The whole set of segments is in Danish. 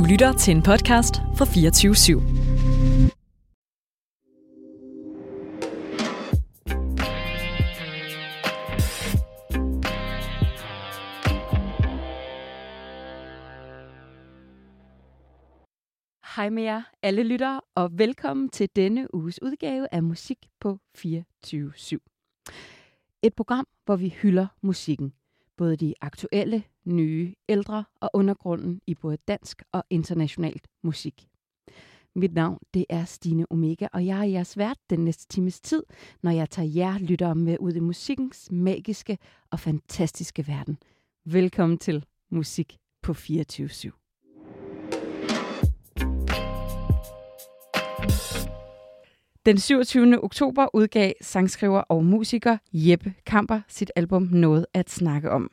lytter til en podcast fra 24/7. Hej med jer alle lyttere, og velkommen til denne uges udgave af Musik på 24/7. Et program, hvor vi hylder musikken. Både de aktuelle, nye, ældre og undergrunden i både dansk og internationalt musik. Mit navn, det er Stine Omega, og jeg er jeres vært den næste times tid, når jeg tager jer lyttere med ud i musikkens magiske og fantastiske verden. Velkommen til Musik på 24/7. Den 27. oktober udgav sangskriver og musiker Jeppe Kamper sit album Noget at snakke om.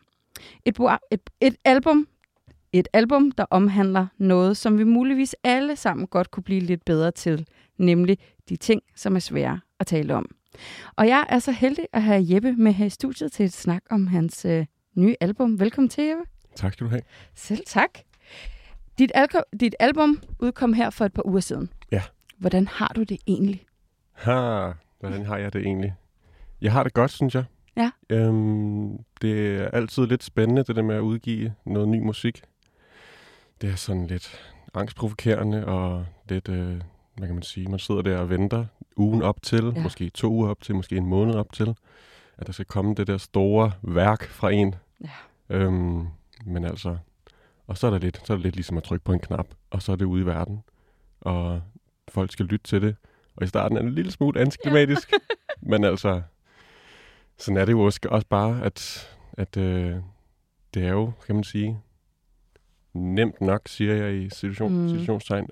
Et album, der omhandler noget, som vi muligvis alle sammen godt kunne blive lidt bedre til, nemlig de ting, som er svære at tale om. Og jeg er så heldig at have Jeppe med her i studiet til et snak om hans nye album. Velkommen til, Jeppe. Tak skal du have. Selv tak. Dit album udkom her for et par uger siden. Ja. Hvordan har du det egentlig? Hvordan har jeg det egentlig? Jeg har det godt, synes jeg. Ja. Det er altid lidt spændende, det der med at udgive noget ny musik. Det er sådan lidt angstprovokerende og lidt, hvad kan man sige, man sidder der og venter ugen op til, måske 2 uger op til, måske en måned op til, at der skal komme det der store værk fra en. Ja. Men altså, og så er det lidt ligesom at trykke på en knap, og så er det ude i verden, og folk skal lytte til det. Og i starten er det en lille smule antiklimatisk, men altså, sådan er det jo også bare, at det er jo, kan man sige, nemt nok, siger jeg i situationstegn,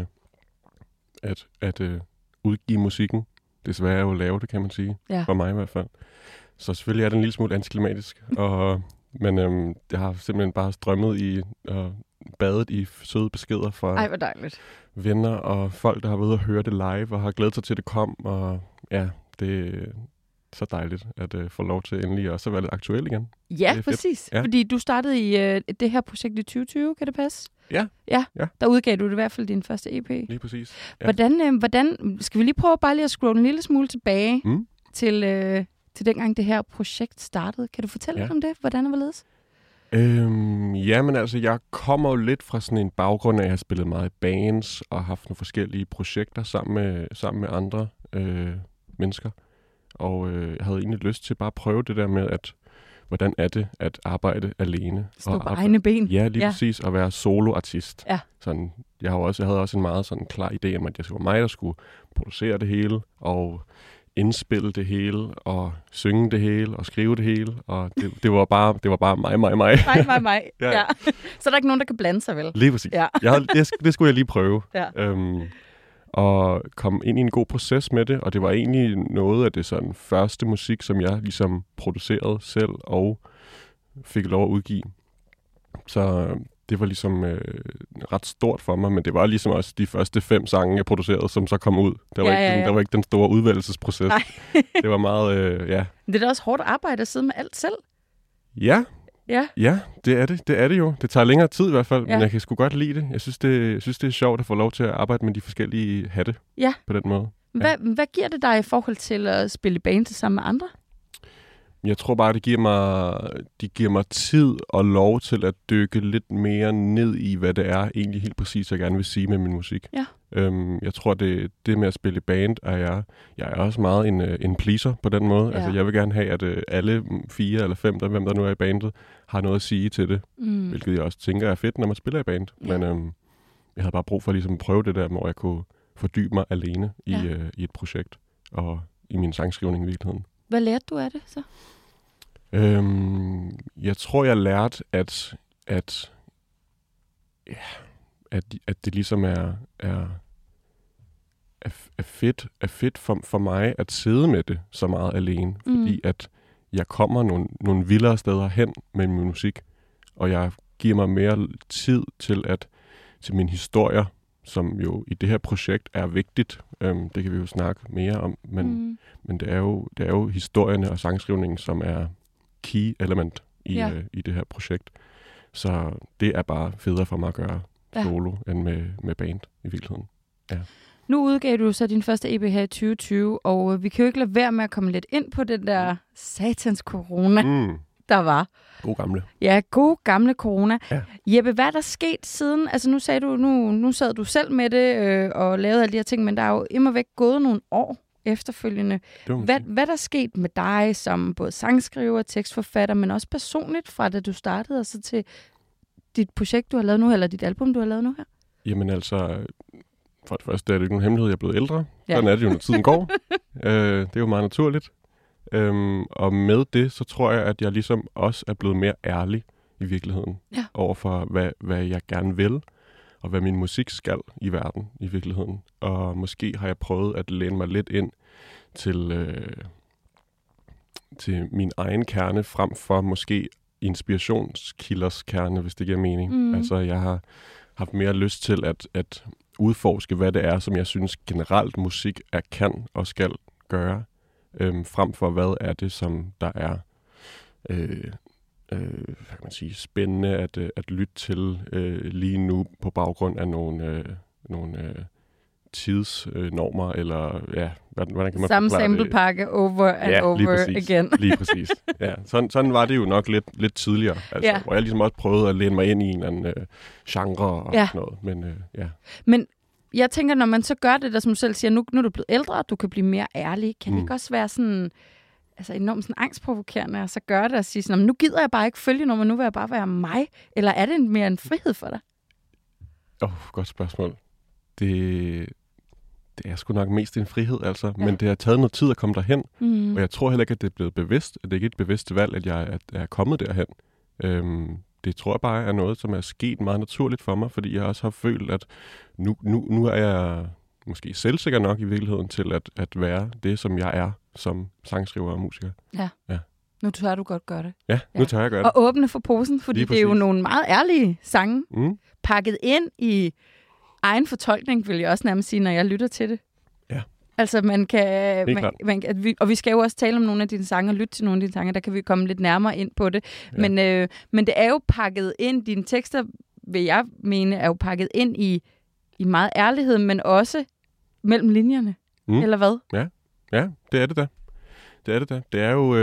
at udgive musikken. Det er svært at lave det, kan man sige, for mig i hvert fald. Så selvfølgelig er det en lille smule antiklimatisk, men jeg har simpelthen bare strømmet i og badet i søde beskeder fra hvor dejligt. Venner og folk, der har været ude og høre det live og har glædet sig til, at det kom. Og ja, det er så dejligt at få lov til endelig også at være lidt aktuel igen. Ja, præcis. Ja. Fordi du startede i det her projekt i 2020, kan det passe? Ja. Der udgav du i hvert fald din første EP. Lige præcis. Ja. Hvordan skal vi lige prøve bare lige at scrolle en lille smule tilbage til dengang det her projekt startede? Kan du fortælle lidt om det? Hvordan og hvorledes? Men altså, jeg kommer jo lidt fra sådan en baggrund af, at jeg har spillet meget i bands og haft nogle forskellige projekter sammen med andre mennesker. Og jeg havde egentlig lyst til bare at prøve det der med, hvordan er det at arbejde alene. Stå på egne ben. Ja, lige præcis. At være soloartist. Ja. Sådan, jeg havde også en meget sådan klar idé om, at det var mig, der skulle producere det hele og indspille det hele, og synge det hele, og skrive det hele, og det var bare mig. Mig. Ja. Så er der ikke nogen, der kan blande sig, vel? Lige præcis. Ja. Det skulle jeg lige prøve. Ja. Og komme ind i en god proces med det, og det var egentlig noget af det sådan første musik, som jeg ligesom producerede selv, og fik lov at udgive. Så det var ligesom ret stort for mig, men det var ligesom også de første 5 sange, jeg producerede, som så kom ud. Der var ikke den store udvælgelsesproces. Det var meget, Det er da også hårdt arbejde at sidde med alt selv. Ja, det er det. Det er det jo. Det tager længere tid i hvert fald, men jeg kan sgu godt lide det. Jeg synes, det er sjovt at få lov til at arbejde med de forskellige hatte på den måde. Hvad giver det dig i forhold til at spille band sammen med andre? Jeg tror bare, det giver mig tid og lov til at dykke lidt mere ned i, hvad det er egentlig helt præcis, jeg gerne vil sige med min musik. Ja. Jeg tror, det med at spille band, jeg er også meget en pleaser på den måde. Ja. Altså, jeg vil gerne have, at alle 4 eller 5, hvem der nu er i bandet, har noget at sige til det. Hvilket jeg også tænker er fedt, når man spiller i band. Ja. Men jeg havde bare brug for ligesom at prøve det der, hvor jeg kunne fordybe mig alene i et projekt og i min sangskrivning i virkeligheden. Hvad lærte du af det så? Jeg tror, jeg lærte, at det ligesom er fedt for mig at sidde med det så meget alene. Fordi at jeg kommer nogle vildere steder hen med min musik, og jeg giver mig mere tid til mine historier, som jo i det her projekt er vigtigt. Det kan vi jo snakke mere om, men det er jo historierne og sangskrivningen, som er key element i det her projekt. Så det er bare federe for mig at gøre solo end med band i virkeligheden. Ja. Nu udgav du så din første EP her i 2020, og vi kan jo ikke lade være med at komme lidt ind på den der satans corona, der var. God gamle. Ja, god gamle corona. Ja. Jeppe, hvad er der sket siden? Altså nu sagde du, nu sad du selv med det og lavede alle de her ting, men der er jo immer væk gået nogle år efterfølgende. Hvad er der sket med dig som både sangskriver og tekstforfatter, men også personligt fra da du startede, og så til dit projekt, du har lavet nu, eller dit album, du har lavet nu her? Jamen altså, for det første er det ikke nogen hemmelighed, jeg er blevet ældre. Ja. Sådan er det jo, når tiden går. Det er jo meget naturligt. Og med det, så tror jeg, at jeg ligesom også er blevet mere ærlig i virkeligheden. Ja. Overfor, hvad jeg gerne vil, og hvad min musik skal i verden i virkeligheden. Og måske har jeg prøvet at læne mig lidt ind til min egen kerne, frem for måske inspirationskilders kerne, hvis det giver mening. Altså, jeg har haft mere lyst til at udforske, hvad det er, som jeg synes generelt musik kan og skal gøre, frem for hvad er det, som der er hvad kan man sige, spændende at lytte til lige nu på baggrund af nogle tidsnormer, eller ja, hvordan kan man samme samplepakke over and over again. Lige præcis. Ja, sådan var det jo nok lidt tidligere, altså, hvor jeg ligesom også prøvede at læne mig ind i en eller anden genre og sådan noget. Men jeg tænker, når man så gør det, der som du selv siger, nu er du blevet ældre, og du kan blive mere ærlig, kan det ikke også være sådan, altså enormt sådan angstprovokerende, og så gøre det og sige sådan, nu gider jeg bare ikke følge noget, men nu vil jeg bare være mig, eller er det mere en frihed for dig? Godt spørgsmål. Det er sgu nok mest en frihed, altså. Ja. Men det har taget noget tid at komme derhen. Og jeg tror heller ikke, at det er blevet bevidst. At det ikke er et bevidst valg, at jeg er kommet derhen. Det tror jeg bare er noget, som er sket meget naturligt for mig, fordi jeg også har følt, at nu er jeg måske selvsikker nok i virkeligheden til at være det, som jeg er som sangskriver og musiker. Ja. Nu tør du godt gøre det. Ja, nu tør jeg gøre det. Og åbne for posen, fordi det er jo nogle meget ærlige sange, pakket ind i egen fortolkning, vil jeg også nærmest sige, når jeg lytter til det. Ja. Altså, og vi skal jo også tale om nogle af dine sange og lytte til nogle af dine sange, der kan vi komme lidt nærmere ind på det. Ja. Men det er jo pakket ind, dine tekster, vil jeg mene, er jo pakket ind i meget ærlighed, men også mellem linjerne. Eller hvad? Ja, det er det da. Det er jo...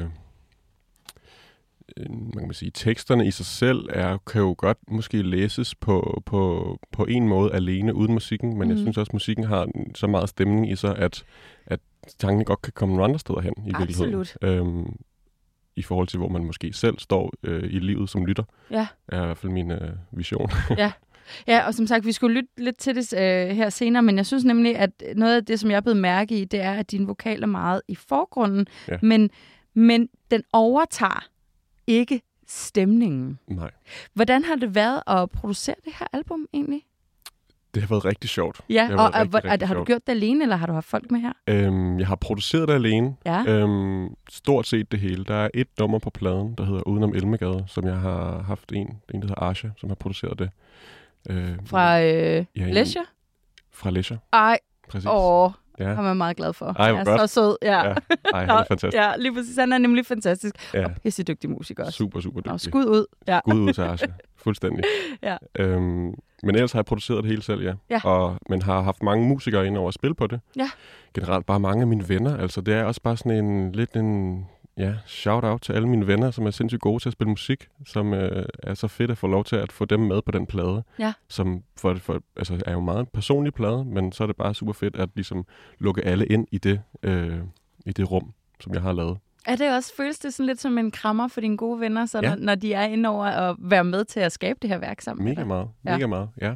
man kan sige, teksterne i sig selv kan jo godt måske læses på en måde alene uden musikken, men jeg synes også, at musikken har så meget stemning i sig, at sangene godt kan komme nogle andre steder hen i virkeligheden. I forhold til, hvor man måske selv står i livet som lytter, er i hvert fald min vision. Ja, og som sagt, vi skulle lytte lidt til det her senere, men jeg synes nemlig, at noget af det, som jeg er blevet mærke i, det er, at din vokal er meget i forgrunden, men den overtager ikke stemningen. Nej. Hvordan har det været at producere det her album egentlig? Det har været rigtig sjovt. Ja, har du gjort det alene, eller har du haft folk med her? Jeg har produceret det alene. Ja. Stort set det hele. Der er et nummer på pladen, der hedder Udenom Elmegade, som jeg har haft en der hedder Arsha, som har produceret det. Fra Leisure? Fra Leisure. Ej, præcis. Ja. Han er meget glad for. Ej, han er så sød. Ja. Ej, han er fantastisk. Ja, lige præcis. Han er nemlig fantastisk. Ja. Og pissedygtig musiker også. Super dygtig. Skud ud. Ja. Skud ud til Arsha. Fuldstændig. Ja. Men ellers har jeg produceret det hele selv, men har haft mange musikere ind over at spille på det. Ja. Generelt bare mange af mine venner. Altså, det er også bare sådan en shout-out til alle mine venner, som er sindssygt gode til at spille musik, som er så fedt at få lov til at få dem med på den plade, som altså er jo meget en personlig plade, men så er det bare super fedt at ligesom lukke alle ind i det rum, som jeg har lavet. Er det også, føles det sådan lidt som en krammer for dine gode venner, så når de er inde over at være med til at skabe det her værk sammen? Mega meget, ja.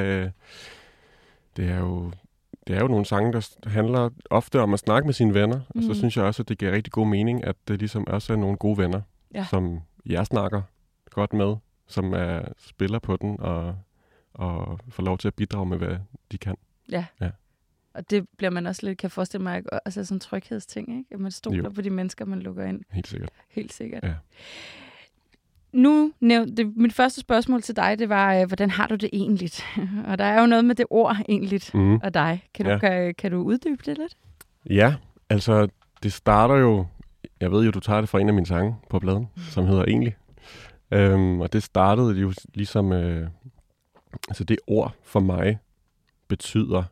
Det er jo nogle sange, der handler ofte om at snakke med sine venner, og så synes jeg også, at det giver rigtig god mening, at det ligesom også er nogle gode venner, som jeg snakker godt med, som spiller på den, og får lov til at bidrage med, hvad de kan. Ja. Og det bliver man også lidt, kan forestille mig, altså sådan en tryghedsting, ikke? At man stoler på de mennesker, man lukker ind. Helt sikkert. Ja. Nu nævnte mit første spørgsmål til dig, det var, hvordan har du det egentlig? Og der er jo noget med det ord egentlig og dig. Kan du uddybe det lidt? Ja, altså det starter jo, jeg ved jo, du tager det fra en af mine sange på pladen, som hedder Egentlig. Og det startede jo ligesom altså det ord for mig betyder,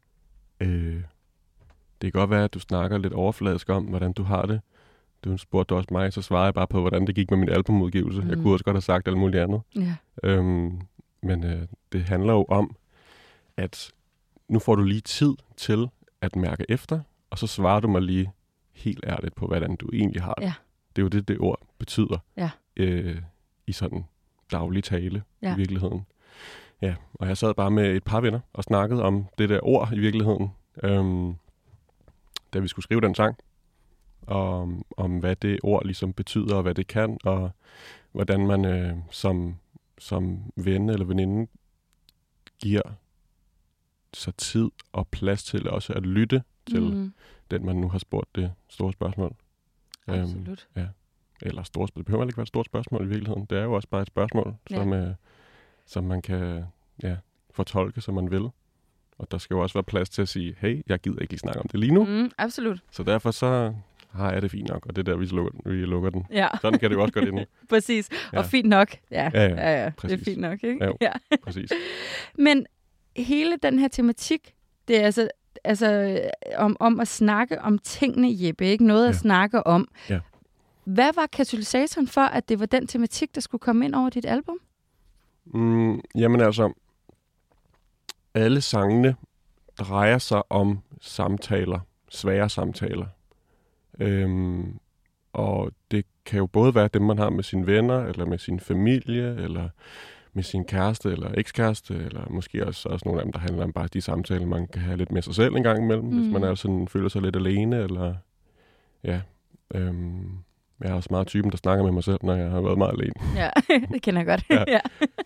det kan godt være, at du snakker lidt overfladisk om, hvordan du har det. Du spurgte også mig, så svarede jeg bare på, hvordan det gik med min albumudgivelse. Jeg kunne også godt have sagt alt muligt andet. Ja. Men det handler jo om, at nu får du lige tid til at mærke efter, og så svarer du mig lige helt ærligt på, hvordan du egentlig har det. Ja. Det er jo det ord betyder Ja. i sådan daglig tale Ja. i virkeligheden. Ja, og jeg sad bare med et par venner og snakkede om det der ord i virkeligheden, da vi skulle skrive den sang. Om hvad det ord ligesom betyder, og hvad det kan, og hvordan man som ven eller veninde giver sig tid og plads til også at lytte til den, man nu har spurgt det store spørgsmål. Absolut. Ja. Eller store spørgsmål. Det behøver ikke være et stort spørgsmål i virkeligheden. Det er jo også bare et spørgsmål, som man kan fortolke, som man vil. Og der skal jo også være plads til at sige, hey, jeg gider ikke lige snakke om det lige nu. Absolut. Så derfor så har jeg det fint nok, og det er der, vi lukker den. Ja. Sådan kan det jo også godt ende. Præcis. Ja. Og fint nok. Ja. Præcis. Det er fint nok, ikke? Jo, ja. præcis. Men hele den her tematik, det er altså om at snakke om tingene, Jeppe, ikke? Noget at snakke om. Ja. Hvad var katalysatoren for, at det var den tematik, der skulle komme ind over dit album? Jamen altså, alle sangene drejer sig om samtaler, svære samtaler. Og det kan jo både være dem, man har med sine venner, eller med sin familie, eller med sin kæreste eller ekskæreste, eller måske også nogle af dem, der handler om bare de samtaler, man kan have lidt med sig selv en gang imellem, hvis man er sådan, føler sig lidt alene, eller jeg er også meget typen, der snakker med mig selv, når jeg har været meget alene. Ja, det kender jeg godt. Ja.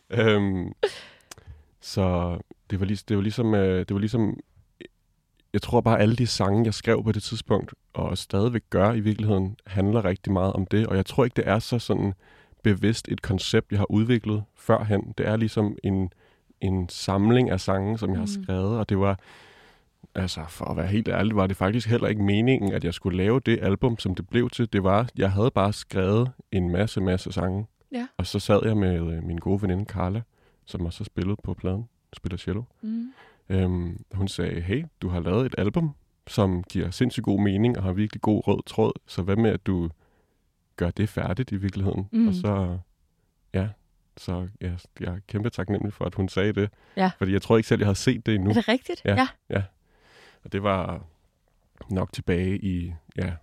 Så det var ligesom, jeg tror bare, alle de sange, jeg skrev på det tidspunkt, og stadigvæk gør i virkeligheden, handler rigtig meget om det. Og jeg tror ikke, det er så sådan bevidst et koncept, jeg har udviklet førhen. Det er ligesom en samling af sange, som jeg har skrevet, og det var, altså for at være helt ærlig, var det faktisk heller ikke meningen, at jeg skulle lave det album, som det blev til. Det var, jeg havde bare skrevet en masse sange, og så sad jeg med min gode veninde Carla, som også har spillet på pladen, spiller cello. Hun sagde, hey, du har lavet et album, som giver sindssygt god mening og har virkelig god rød tråd, så hvad med, at du gør det færdigt i virkeligheden? Og så jeg er kæmpe taknemmelig for, at hun sagde det. Ja. Fordi jeg tror ikke selv, jeg havde set det endnu. Er det rigtigt? Ja. Og det var nok tilbage i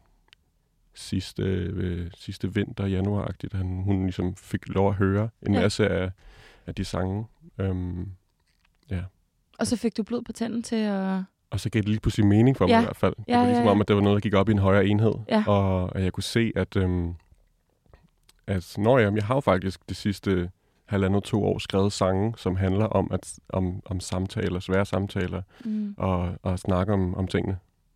sidste vinter, januar-agtigt. Hun ligesom fik lov at høre en masse af de sange. Og så fik du blod på tanden til at... Og så gav det lige pludselig mening for mig i hvert fald. Det var ligesom om, at det var noget, der gik op i en højere enhed. Ja. Og jeg kunne se, at jeg har jo faktisk de sidste 1,5-2 år skrevet sange, som handler om samtaler, svære samtaler, og snakke om tingene.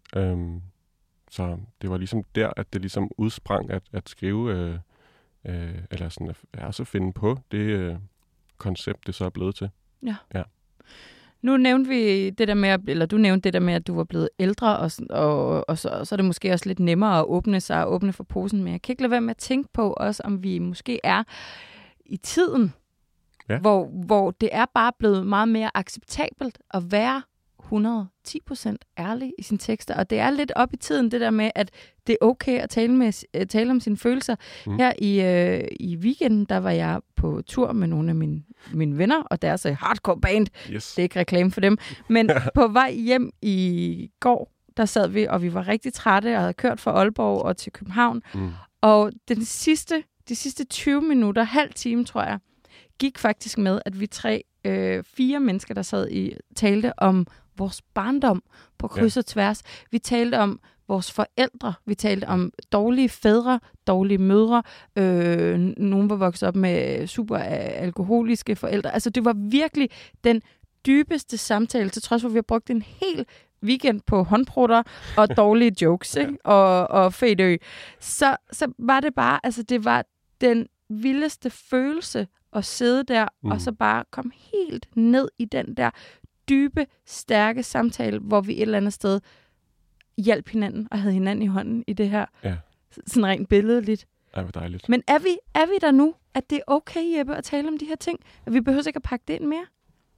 Så det var ligesom der, at det ligesom udsprang at skrive, eller sådan at finde på det koncept, det så er blevet til. Ja. Nu nævnte vi det der med, eller du nævnte det der med, at du var blevet ældre, og så er det måske også lidt nemmere at åbne for posen. Men jeg kan ikke lade være med at tænke på også, om vi måske er i tiden, hvor det er bare blevet meget mere acceptabelt at være 110% ærlig i sine tekster. Og det er lidt op i tiden, det der med, at det er okay at tale om sine følelser. Her i weekenden, der var jeg på tur med nogle af mine venner, og deres hardcore band. Yes. Det er ikke reklame for dem. Men på vej hjem i går, der sad vi, og vi var rigtig trætte, og havde kørt fra Aalborg og til København. Og de sidste 20 minutter, halv time, tror jeg, gik faktisk med, at vi 4 mennesker, der sad talte om vores barndom på kryds og tværs. Vi talte om vores forældre. Vi talte om dårlige fædre, dårlige mødre. Nogle var vokset op med super alkoholiske forældre. Altså, det var virkelig den dybeste samtale, til trods for, at vi har brugt en hel weekend på håndprutter og dårlige jokes, ikke? Og fedø. Så var det bare, altså det var den vildeste følelse at sidde der, og så bare komme helt ned i den der dybe, stærke samtale, hvor vi et eller andet sted hjalp hinanden og havde hinanden i hånden i det her. Ja. Sådan rent billedligt. Ej, hvor dejligt. Men er vi der nu, at det er okay, Jeppe, at tale om de her ting? At vi behøver ikke at pakke det ind mere?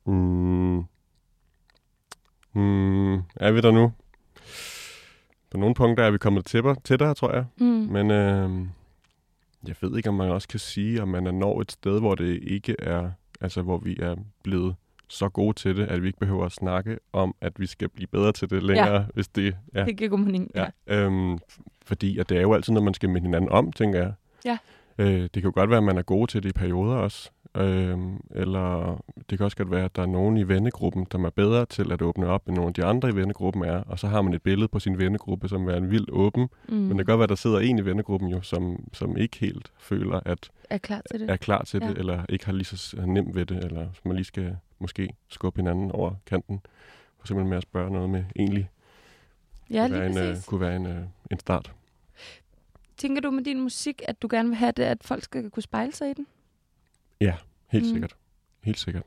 Er vi der nu? På nogle punkter er vi kommet tættere, tror jeg. Men jeg ved ikke, om man også kan sige, om man er nået et sted, hvor det ikke er, altså hvor vi er blevet så gode til det, at vi ikke behøver at snakke om, at vi skal blive bedre til det længere, hvis det... Ja. Det giver god mening, ja. Fordi at det er jo altid, når man skal minde hinanden om, tænker jeg. Ja. Det kan jo godt være, at man er gode til det i perioder også. Eller det kan også godt være, at der er nogen i vennegruppen, der er bedre til at åbne op, end nogle af de andre i vennegruppen er. Og så har man et billede på sin vennegruppe, som er en vild åben. Men det kan godt være, at der sidder en i vennegruppen, jo, som ikke helt føler, at er klar til det, eller ikke har lige så nemt ved det, eller man lige skal måske skubbe hinanden over kanten. For simpelthen med at spørge noget med egentlig kunne være en start. Tænker du med din musik, at du gerne vil have det, at folk skal kunne spejle sig i den? Ja, helt sikkert. Helt sikkert.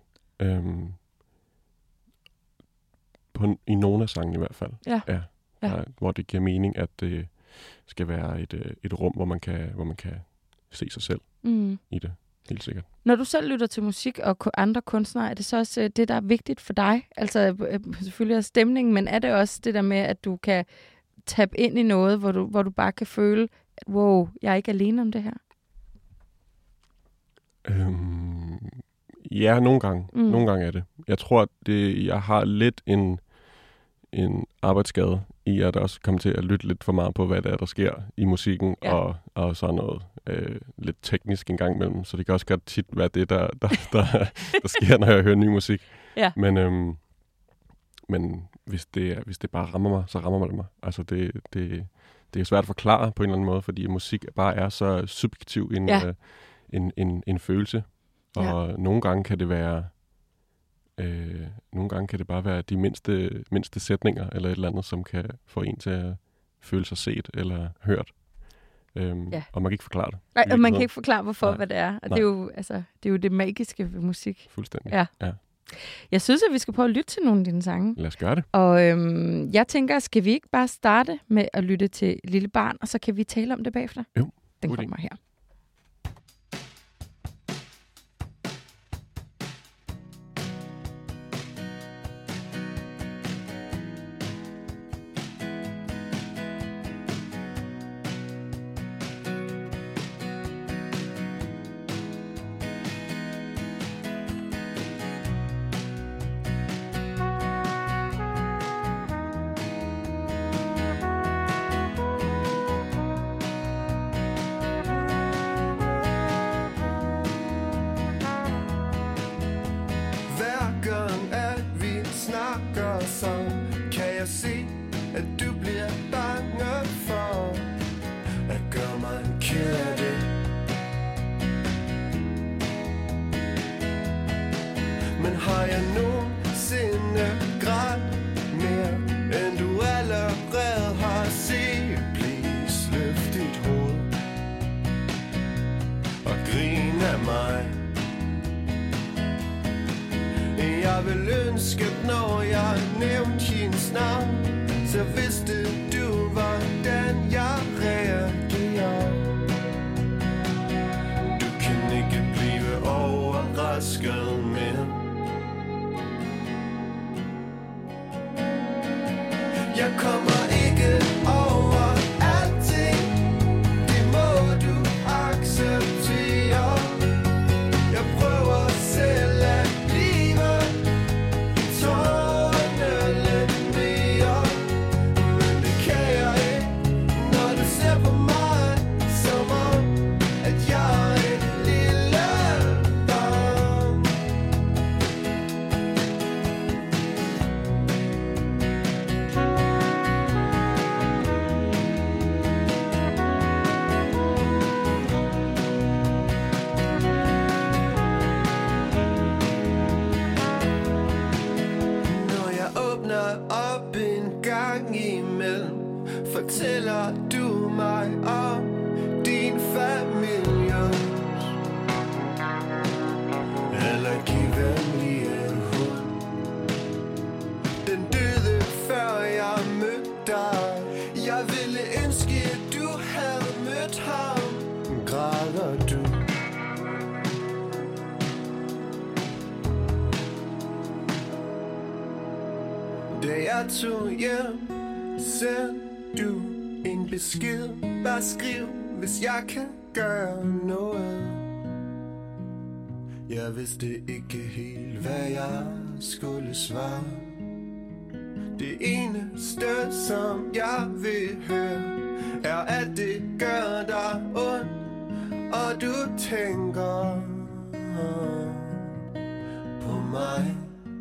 I nogle af sangene i hvert fald. Ja. Hvor det giver mening, at det skal være et rum, hvor man kan se sig selv i det. Helt sikkert. Når du selv lytter til musik og andre kunstnere, er det så også det, der er vigtigt for dig? Altså selvfølgelig er stemningen, men er det også det der med, at du kan tabe ind i noget, hvor du bare kan føle, at wow, jeg er ikke alene om det her? Ja, nogle gange. Nogle gange er det. Jeg tror, jeg har lidt en arbejdsskade i at også komme til at lytte lidt for meget på, hvad det er, der sker i musikken, og sådan noget lidt teknisk en gang imellem. Så det kan også godt tit være det, der sker, når jeg hører ny musik. Ja. Men hvis det bare rammer mig, så rammer det mig. Altså det er svært at forklare på en eller anden måde, fordi musik bare er så subjektiv en følelse. Og nogle gange kan det være bare være de mindste sætninger eller et eller andet, som kan få en til at føle sig set eller hørt. Og man kan ikke forklare det. Nej, og man kan ikke forklare, hvorfor, hvad det er. Og det er jo det magiske ved musik. Fuldstændig. Ja. Jeg synes, at vi skal prøve at lytte til nogle af dine sange. Lad os gøre det. Og jeg tænker, skal vi ikke bare starte med at lytte til Lille Barn, og så kan vi tale om det bagefter? Jo. Den kommer her. Jeg vil ønske, når jeg nævnte hendes navn, så vidste du, hvordan jeg reagerer. Du kan ikke blive overrasket mere. Jeg kommer ikke over alting, det må du acceptere. Jeg prøver selv at blive tårerne lidt mere, men det kan jeg ikke, når du ser på mig, som om at jeg er et lille barn. Da jeg tog hjem, send du en besked. Bare skriv, hvis jeg kan gøre noget. Jeg vidste ikke helt, hvad jeg skulle svare. Det eneste, som jeg vil høre, er, at det gør dig ondt, og du tænker på mig.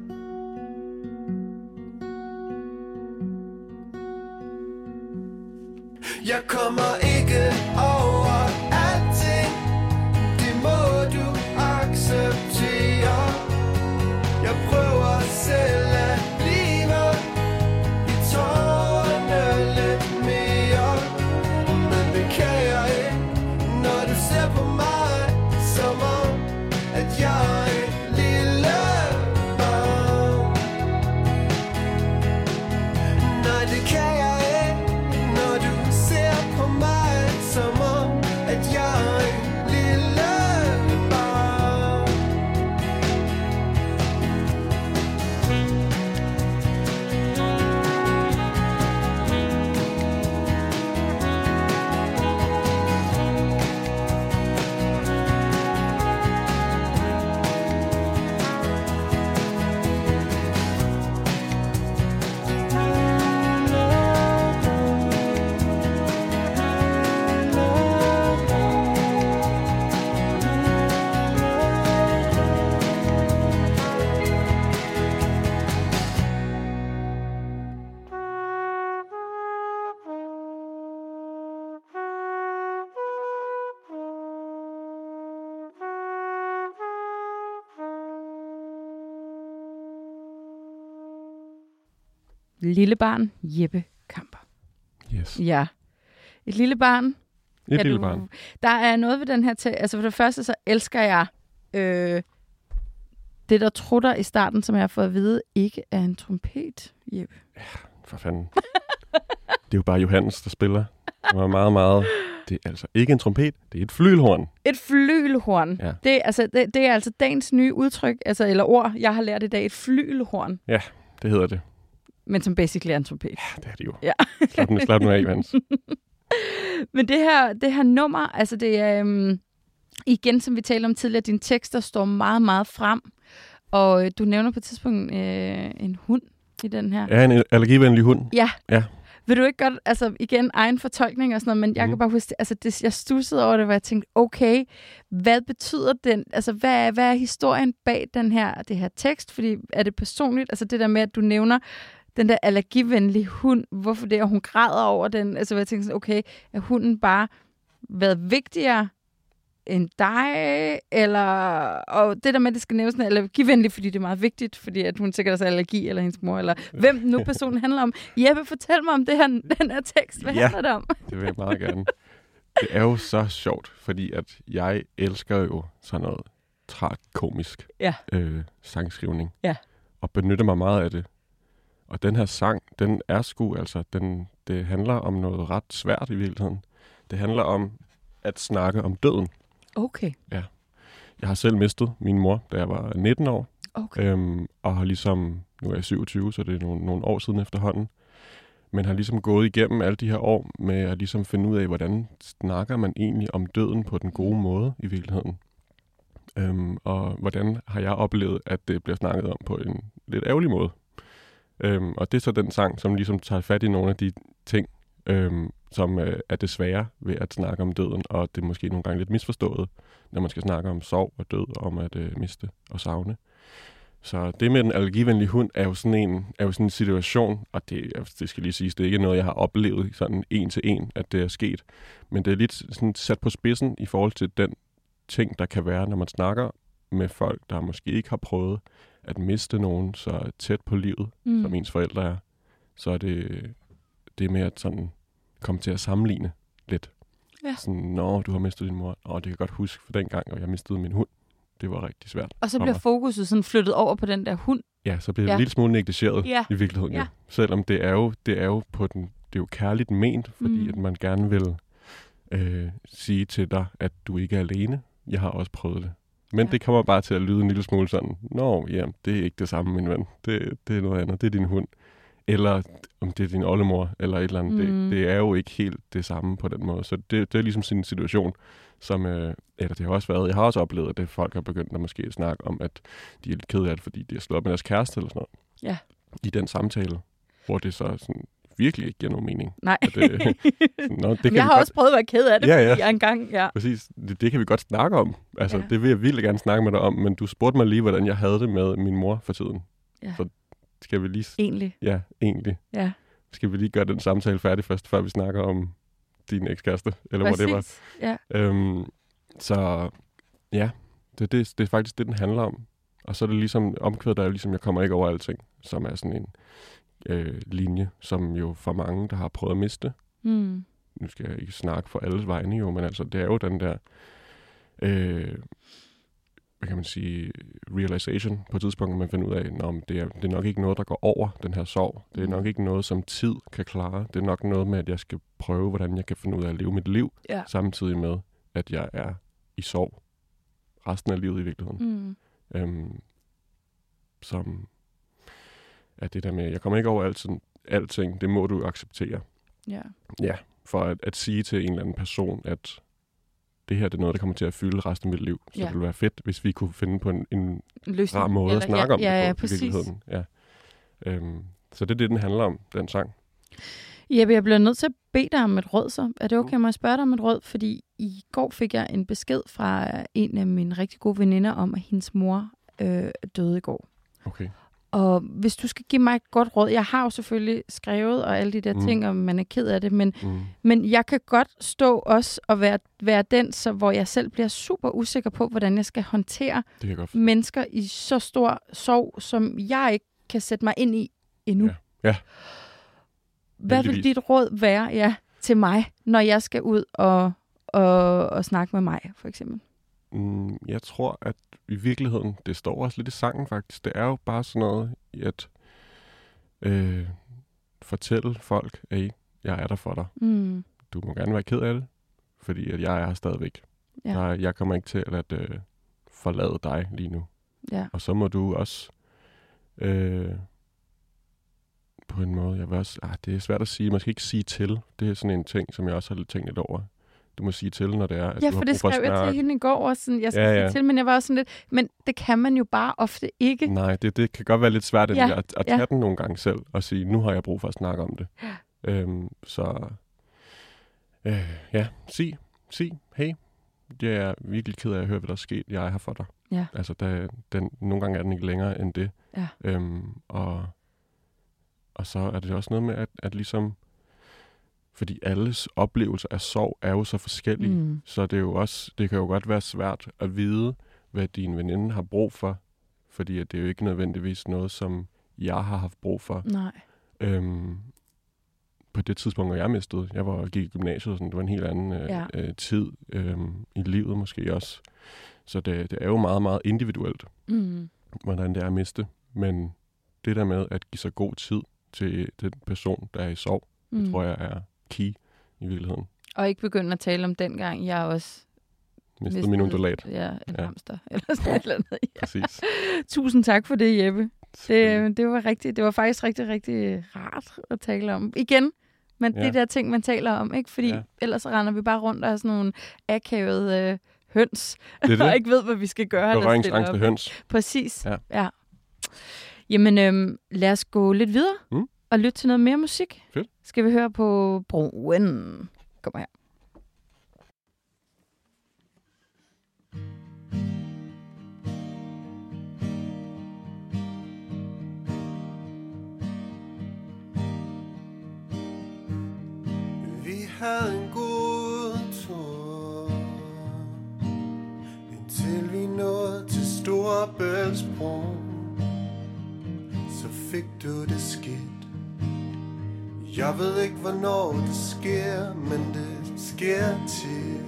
Jeg kommer ikke over alting, det må du acceptere. Jeg prøver selv at blive i tårerne lidt mere, men det kan jeg ikke, når du ser på mig, som om at jeg er et lille barn. Nej, det kan jeg ikke, når du ser på mig, som om at jeg er et lille barn. Lille barn, Jeppe Kamper. Yes. Ja. Et lille barn. Et Kan lille du- barn. Der er noget ved den her altså for det første, så elsker jeg det, der trutter i starten, som jeg har fået at vide, ikke er en trompet, Jeppe. For fanden. Det er jo bare Johannes, der spiller. Det var meget, meget... Det er altså ikke en trompet, det er et flyghelhorn. Et flyghelhorn. Ja. Det er altså dagens nye udtryk, altså, eller ord, jeg har lært i dag. Et flyghelhorn, Det hedder det. men som basically er en trompet. Ja, det er det jo. Ja. Slap nu af, Johannes. Men det her nummer, altså det er, igen, som vi talte om tidligere, dine tekster står meget, meget frem. Og du nævner på et tidspunkt en hund i den her. Er en allergivenlig hund? Ja. Ja. Vil du ikke godt, altså igen, egen fortolkning og sådan noget, men jeg kan bare huske, altså jeg stussede over det, hvor jeg tænkte, okay, hvad betyder den, altså hvad er historien bag det her tekst? Fordi er det personligt, altså det der med, at du nævner den der allergivenlige hund, hvorfor det er, hun græder over den, altså hvor jeg tænkte sådan, okay, er hunden bare været vigtigere end dig, eller, og det der med, at det skal nævnes sådan allergivenlig, fordi det er meget vigtigt, fordi at hun sikkert også har allergi, eller hendes mor, eller hvem nu personen handler om. Jeppe, fortæl mig om den her tekst. Hvad handler det om? Det vil jeg meget gerne. Det er jo så sjovt, fordi at jeg elsker jo sådan noget tragikomisk sangskrivning. Ja. Og benytter mig meget af det. Og den her sang, den er sgu, altså, det handler om noget ret svært i virkeligheden. Det handler om at snakke om døden. Okay. Jeg har selv mistet min mor, da jeg var 19 år. Okay. Og har ligesom, nu er jeg 27, så det er nogle år siden efterhånden, men har ligesom gået igennem alle de her år med at ligesom finde ud af, hvordan snakker man egentlig om døden på den gode måde i virkeligheden. Og hvordan har jeg oplevet, at det bliver snakket om på en lidt ærgerlig måde. Og det er så den sang, som ligesom tager fat i nogle af de ting, som er det svære ved at snakke om døden, og det er måske nogle gange lidt misforstået, når man skal snakke om sorg og død, om at miste og savne. Så det med den allergivenlige hund er jo sådan en situation, og det skal lige siges, det er ikke noget, jeg har oplevet sådan en til en, at det er sket, men det er lidt sådan sat på spidsen i forhold til den ting, der kan være, når man snakker med folk, der måske ikke har prøvet at miste nogen så tæt på livet, som ens forældre er. Så er det med at sådan komme til at sammenligne lidt. Ja. Sådan, du har mistet din mor. Det kan jeg godt huske for den gang, og jeg mistede min hund. Det var rigtig svært. Og så bliver fokuset sådan flyttet over på den der hund. Ja, så bliver det en lille smule negligeret i virkeligheden. Ja. Ja. Selvom det er jo det er jo kærligt ment, fordi at man gerne vil sige til dig, at du ikke er alene. Jeg har også prøvet det. Men det kommer bare til at lyde en lille smule sådan, det er ikke det samme, min ven. Det er noget andet. Det er din hund. eller om det er din oldemor, eller et eller andet. Det er jo ikke helt det samme på den måde. Så det er ligesom sin situation, som, eller det har også været, jeg har også oplevet, at det folk har begyndt at måske snakke om, at de er lidt ked af det, fordi de har slået op med deres kæreste eller sådan noget. Ja. I den samtale, hvor det så sådan virkelig ikke giver nogen mening. Nej. Det kan jeg har også prøvet at være ked af det, ja. fordi jeg engang... Ja. Præcis. Det kan vi godt snakke om. Altså, det vil jeg virkelig gerne snakke med dig om, men du spurgte mig lige, hvordan jeg havde det med min mor for tiden. Ja. Så skal vi lige... Egentlig. Ja, egentlig. Ja. Skal vi lige gøre den samtale færdig først, før vi snakker om din ekskæreste, eller whatever. Ja. Så ja, det er faktisk det, den handler om. Og så er det ligesom, omkvædet der er jo ligesom, jeg kommer ikke over alting, som er sådan en linje, som jo for mange, der har prøvet at miste. Nu skal jeg ikke snakke for alles vegne jo, men altså, det er jo den der, hvad kan man sige, realization på et tidspunkt, man finder ud af, det er nok ikke noget, der går over den her sorg. Det er nok ikke noget, som tid kan klare. Det er nok noget med, at jeg skal prøve, hvordan jeg kan finde ud af at leve mit liv, samtidig med, at jeg er i sorg resten af livet i virkeligheden. Som er det der med, jeg kommer ikke over alting, det må du acceptere. Ja, for at sige til en eller anden person, at det her det er noget, der kommer til at fylde resten af mit liv. Så det ville være fedt, hvis vi kunne finde på en rar måde at snakke om det på i virkeligheden. Ja. Så det er det, den handler om, den sang. Jeppe, jeg bliver nødt til at bede dig om et råd, så. Er det okay, må jeg spørge dig om et råd? Fordi i går fik jeg en besked fra en af mine rigtig gode veninder om, at hendes mor døde i går. Okay. Og hvis du skal give mig et godt råd, jeg har jo selvfølgelig skrevet og alle de der ting, og man er ked af det, men jeg kan godt stå også og være den, så, hvor jeg selv bliver super usikker på, hvordan jeg skal håndtere mennesker i så stor sorg, som jeg ikke kan sætte mig ind i endnu. Ja. Hvad vil dit råd være til mig, når jeg skal ud og snakke med mig, for eksempel? Jeg tror, at i virkeligheden, det står også lidt i sangen faktisk, det er jo bare sådan noget, at fortælle folk, at jeg er der for dig. Du må gerne være ked af det, fordi at jeg er her stadigvæk. Jeg kommer ikke til at forlade dig lige nu. Og så må du også på en måde, jeg vil også, det er svært at sige, man skal ikke sige til. Det er sådan en ting, som jeg også har tænkt lidt over. Du må sige til, når det er... Ja, for det skrev jeg til hende i går, og sådan, jeg skal sige til, men jeg var også sådan lidt... Men det kan man jo bare ofte ikke. Nej, det kan godt være lidt svært at tage den nogle gange selv, og sige, nu har jeg brug for at snakke om det. Sig, hey, jeg er virkelig ked af at høre, hvad der er sket. Jeg er her for dig. Ja. Altså, nogle gange er den ikke længere end det. Ja. Og så er det også noget med, at ligesom... Fordi alles oplevelser af sorg er jo så forskellige, så det kan jo godt være svært at vide, hvad din veninde har brug for, fordi at det er jo ikke nødvendigvis noget, som jeg har haft brug for. Nej. På det tidspunkt, hvor jeg mistede, gik i gymnasiet, sådan, det var en helt anden tid i livet måske også. Så det er jo meget, meget individuelt, hvordan det er at miste. Men det der med at give så god tid til den person, der er i sorg, det tror jeg er key i virkeligheden. Og ikke begynde at tale om dengang, jeg også mistede min undulat. Ja, en hamster eller sådan et eller andet. Ja. Præcis. Tusind tak for det, Jeppe. Det var faktisk rigtig, rigtig rart at tale om. Igen, men det der ting, man taler om, ikke? Fordi ellers render vi bare rundt og har sådan nogle akavede høns, og ikke ved, hvad vi skal gøre. Berøringsangste høns. Præcis, ja. Jamen, lad os gå lidt videre og lytte til noget mere musik. Fedt. Skal vi høre på Broen. Kom her. Vi havde en god tur, indtil vi nåede til Storebæltsbroen. Så fik du det skidt. Jeg ved ikke, hvornår det sker, men det sker tit.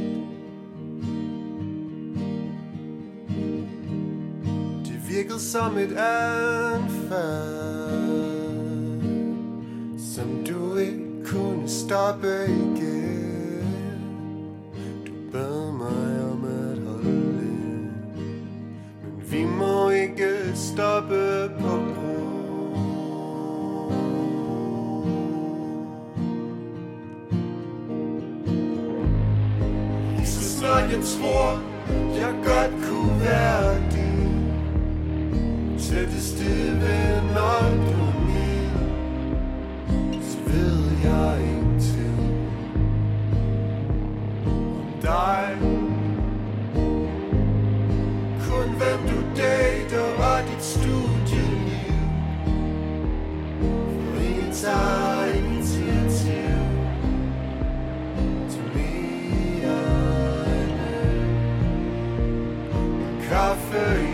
Det virkede som et anfald, som du ikke kunne stoppe igen. Du bad mig om at holde ind, men vi må ikke stoppe på broen. jeg tror, jeg godt kunne være din tætteste ven, når du er min. Så ved jeg ingenting om dig. Kun hvem du dater og dit studieliv. For ingen tager initiativ til mere end kaffe i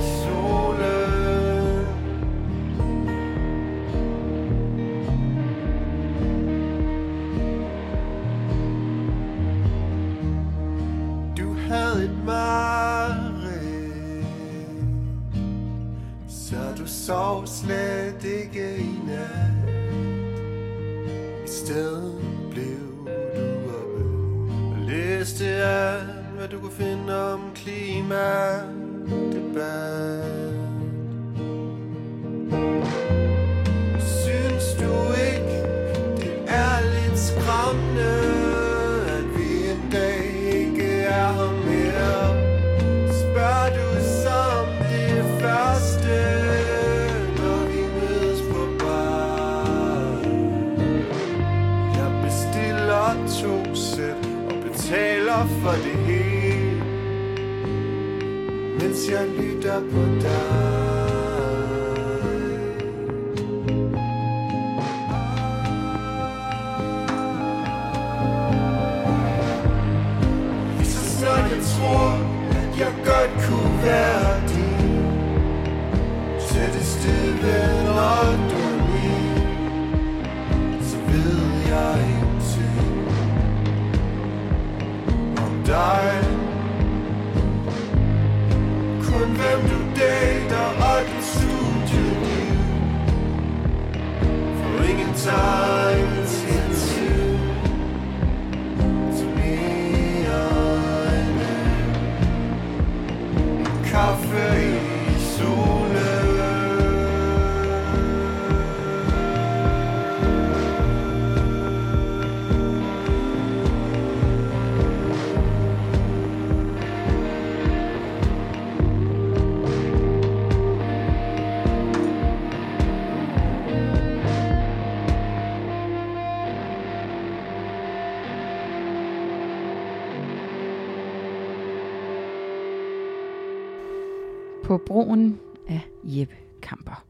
solen. Du havde et mareridt, så du sov slet ikke i nat. I stedet blev du oppe og læste alt, hvad du kunne finde om klimadebat. Synes du ikke, det er lidt skræmmende, at vi en dag ikke er her mere? Spørger du som det første, når vi mødes på bar? Jeg bestiller 2 sæt og betaler for det hele, mens jeg lytter på dig. Lige så snart jeg tror, at jeg godt kunne være din tætteste ven, og du er min, så ved jeg ingenting om dig. Kun hvem du dater og dit studieliv. For ingen tager initiativ til mere end kaffe i solen. På broen af Jeppe Kamper.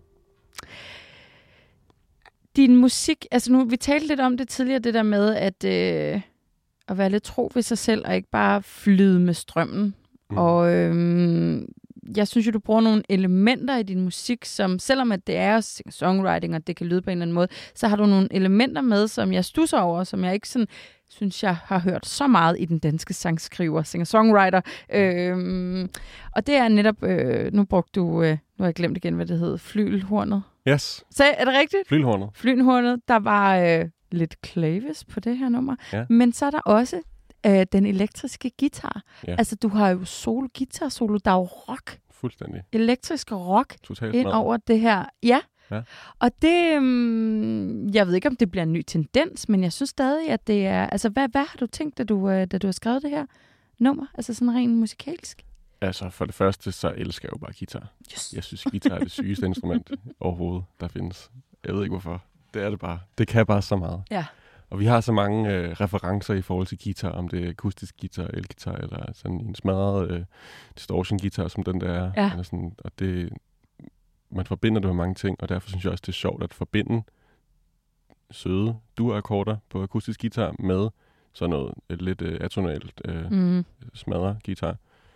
Din musik, altså nu, vi talte lidt om det tidligere, det der med at være lidt tro ved sig selv, og ikke bare flyde med strømmen. Og jeg synes jo, du bruger nogle elementer i din musik, som selvom at det er songwriting, og det kan lyde på en eller anden måde, så har du nogle elementer med, som jeg stusser over, som jeg ikke sådan synes, jeg har hørt så meget i den danske sangskriver, singer-songwriter. Og det er netop, nu brugte du, nu har jeg glemt igen, hvad det hed, flyghelhornet. Yes. Så er det rigtigt? Flyghelhornet. Flyghelhornet, der var lidt claves på det her nummer. Ja. Men så er der også den elektriske guitar. Ja. Altså, du har jo guitar solo, der er jo rock. Fuldstændig. Elektrisk rock Totalt ind over det her. Ja. Ja. Og det, jeg ved ikke, om det bliver en ny tendens, men jeg synes stadig, at det er... Altså, hvad har du tænkt, da du har skrevet det her nummer? Altså sådan rent musikalsk? Altså, for det første, så elsker jeg jo bare guitar. Yes. Jeg synes, guitar er det sygeste instrument overhovedet, der findes. Jeg ved ikke, hvorfor. Det er det bare. Det kan bare så meget. Ja. Og vi har så mange referencer i forhold til guitar, om det er akustisk guitar, elgitar, eller sådan en smadret distortion-guitar, som den der er. Ja. Eller sådan, og det, man forbinder det med mange ting, og derfor synes jeg også, det er sjovt at forbinde søde dur-akkorder på akustisk guitar med sådan noget lidt atonalt smadret guitar.